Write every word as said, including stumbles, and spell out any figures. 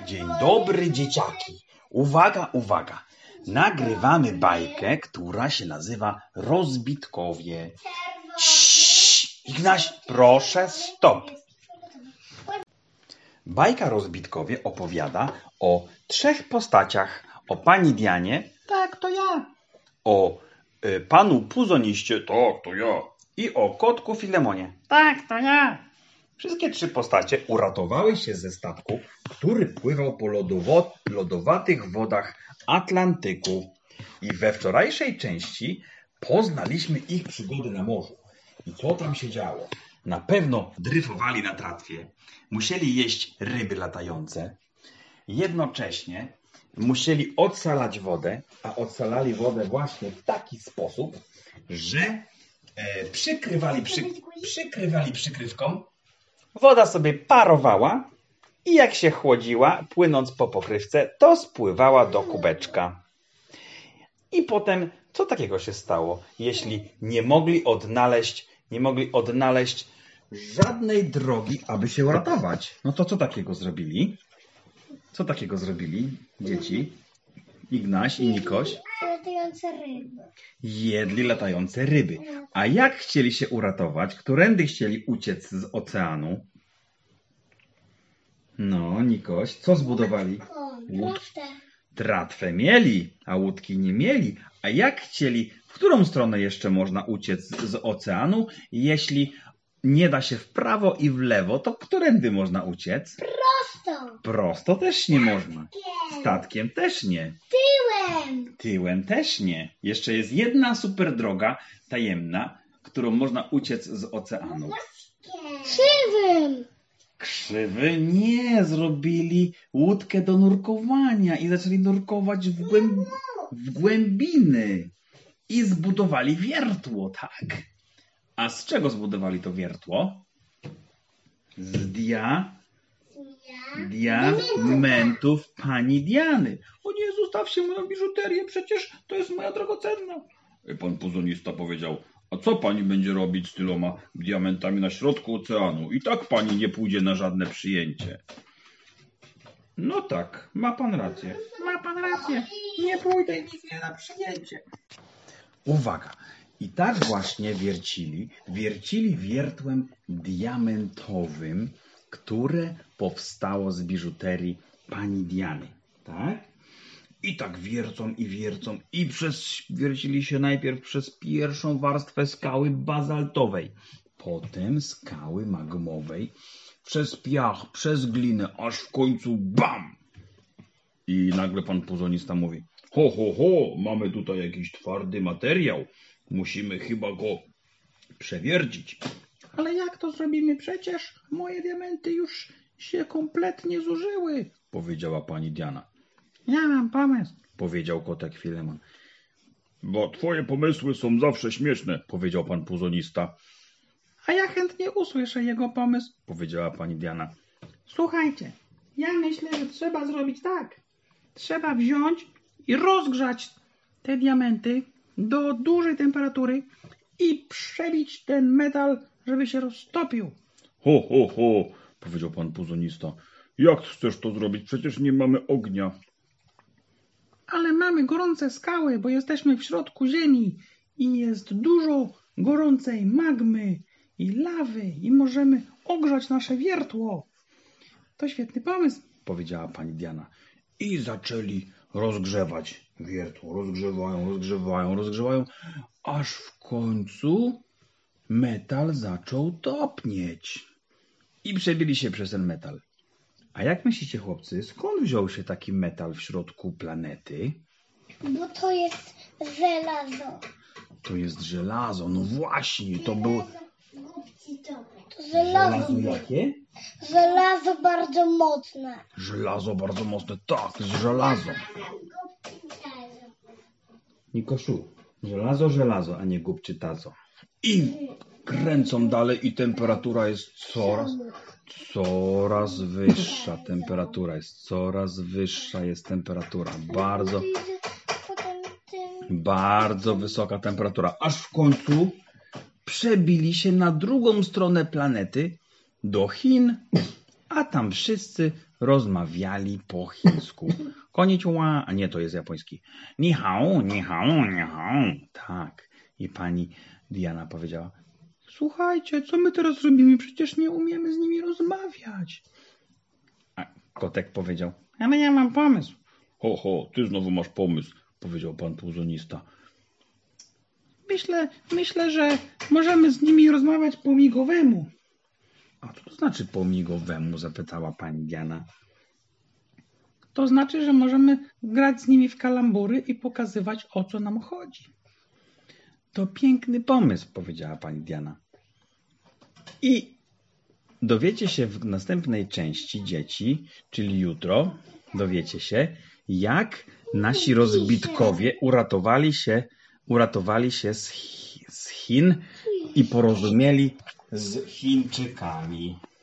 Dzień dobry, dzieciaki. Uwaga, uwaga. Nagrywamy bajkę, która się nazywa Rozbitkowie. Ciii, Ignaś, proszę, stop. Bajka Rozbitkowie opowiada o trzech postaciach. O pani Dianie, tak, to ja. O y, panu Puzoniście, tak, to ja. I o kotku Filemonie, tak, to ja. Wszystkie trzy postacie uratowały się ze statku, który pływał po lodowo- lodowatych wodach Atlantyku. I we wczorajszej części poznaliśmy ich przygody na morzu. I co tam się działo? Na pewno dryfowali na tratwie, musieli jeść ryby latające. Jednocześnie musieli odsalać wodę, a odsalali wodę właśnie w taki sposób, że e, przykrywali, przy, przykrywali przykrywką. Woda sobie parowała i jak się chłodziła, płynąc po pokrywce, to spływała do kubeczka. I potem, co takiego się stało, jeśli nie mogli odnaleźć, nie mogli odnaleźć żadnej drogi, aby się uratować? No to co takiego zrobili? Co takiego zrobili dzieci? Ignaś i Nikoś? Latające ryby. Jedli latające ryby. A jak chcieli się uratować? Którędy chcieli uciec z oceanu? No, Nikoś, co zbudowali? Tratwę. Tratwę mieli, a łódki nie mieli. A jak chcieli, w którą stronę jeszcze można uciec z oceanu, jeśli nie da się w prawo i w lewo, to którędy można uciec? Prosto. Prosto też nie można. Statkiem też nie. Tyłem. Tyłem też nie. Jeszcze jest jedna super droga tajemna, którą można uciec z oceanu. Krzywym. Krzywy nie, zrobili łódkę do nurkowania i zaczęli nurkować w, głęb... w głębiny. I zbudowali wiertło, tak. A z czego zbudowali to wiertło? Z dia... diamentów pani Diany. O nie, zostawcie moją biżuterię, przecież to jest moja drogocenna. Pan Puzonista powiedział, a co pani będzie robić z tyloma diamentami na środku oceanu? I tak pani nie pójdzie na żadne przyjęcie. No tak, ma pan rację. Ma pan rację. Nie pójdę nigdzie na przyjęcie. Uwaga. I tak właśnie wiercili, wiercili wiertłem diamentowym, które powstało z biżuterii pani Diany. Tak? I tak wiercą i wiercą i przez, wiercili się najpierw przez pierwszą warstwę skały bazaltowej, potem skały magmowej, przez piach, przez glinę, aż w końcu bam! I nagle pan Puzonista mówi, ho, ho, ho, mamy tutaj jakiś twardy materiał, musimy chyba go przewiercić. Ale jak to zrobimy? Przecież moje diamenty już się kompletnie zużyły, powiedziała pani Diana. Ja mam pomysł, powiedział kotek Filemon. Bo twoje pomysły są zawsze śmieszne, powiedział pan Puzonista. A ja chętnie usłyszę jego pomysł, powiedziała pani Diana. Słuchajcie, ja myślę, że trzeba zrobić tak. Trzeba wziąć i rozgrzać te diamenty do dużej temperatury i przebić ten metal, żeby się roztopił. Ho, ho, ho, powiedział pan Puzonista. Jak chcesz to zrobić? Przecież nie mamy ognia. Ale mamy gorące skały, bo jesteśmy w środku ziemi i jest dużo gorącej magmy i lawy i możemy ogrzać nasze wiertło. To świetny pomysł, powiedziała pani Diana. I zaczęli rozgrzewać wiertło. Rozgrzewają, rozgrzewają, rozgrzewają, aż w końcu metal zaczął topnieć. I przebili się przez ten metal. A jak myślicie, chłopcy, skąd wziął się taki metal w środku planety? Bo to jest żelazo. To jest żelazo, no właśnie, to było... To żelazo. Żelazo jakie? Żelazo bardzo mocne. Żelazo bardzo mocne, tak, żelazo. Nikoszu, żelazo, żelazo, a nie gubczytazo. I kręcą dalej i temperatura jest coraz... Coraz wyższa temperatura jest, coraz wyższa jest temperatura, bardzo, bardzo wysoka temperatura, aż w końcu przebili się na drugą stronę planety, do Chin, a a tam wszyscy rozmawiali po chińsku. Konnichiwa, a nie, to jest japoński. Ni hao, ni hao, ni hao. Tak. I pani Diana powiedziała, słuchajcie, co my teraz robimy? Przecież nie umiemy z nimi rozmawiać. A kotek powiedział, ale ja mam pomysł. Ho, ho, ty znowu masz pomysł, powiedział pan puzonista. Myślę, myślę, że możemy z nimi rozmawiać po migowemu. A co to znaczy po migowemu? Zapytała pani Diana. To znaczy, że możemy grać z nimi w kalambury i pokazywać, o co nam chodzi. To piękny pomysł, powiedziała pani Diana. I dowiecie się w następnej części, dzieci, czyli jutro, dowiecie się, jak nasi rozbitkowie uratowali się, uratowali się z, z Chin i porozumieli z Chińczykami.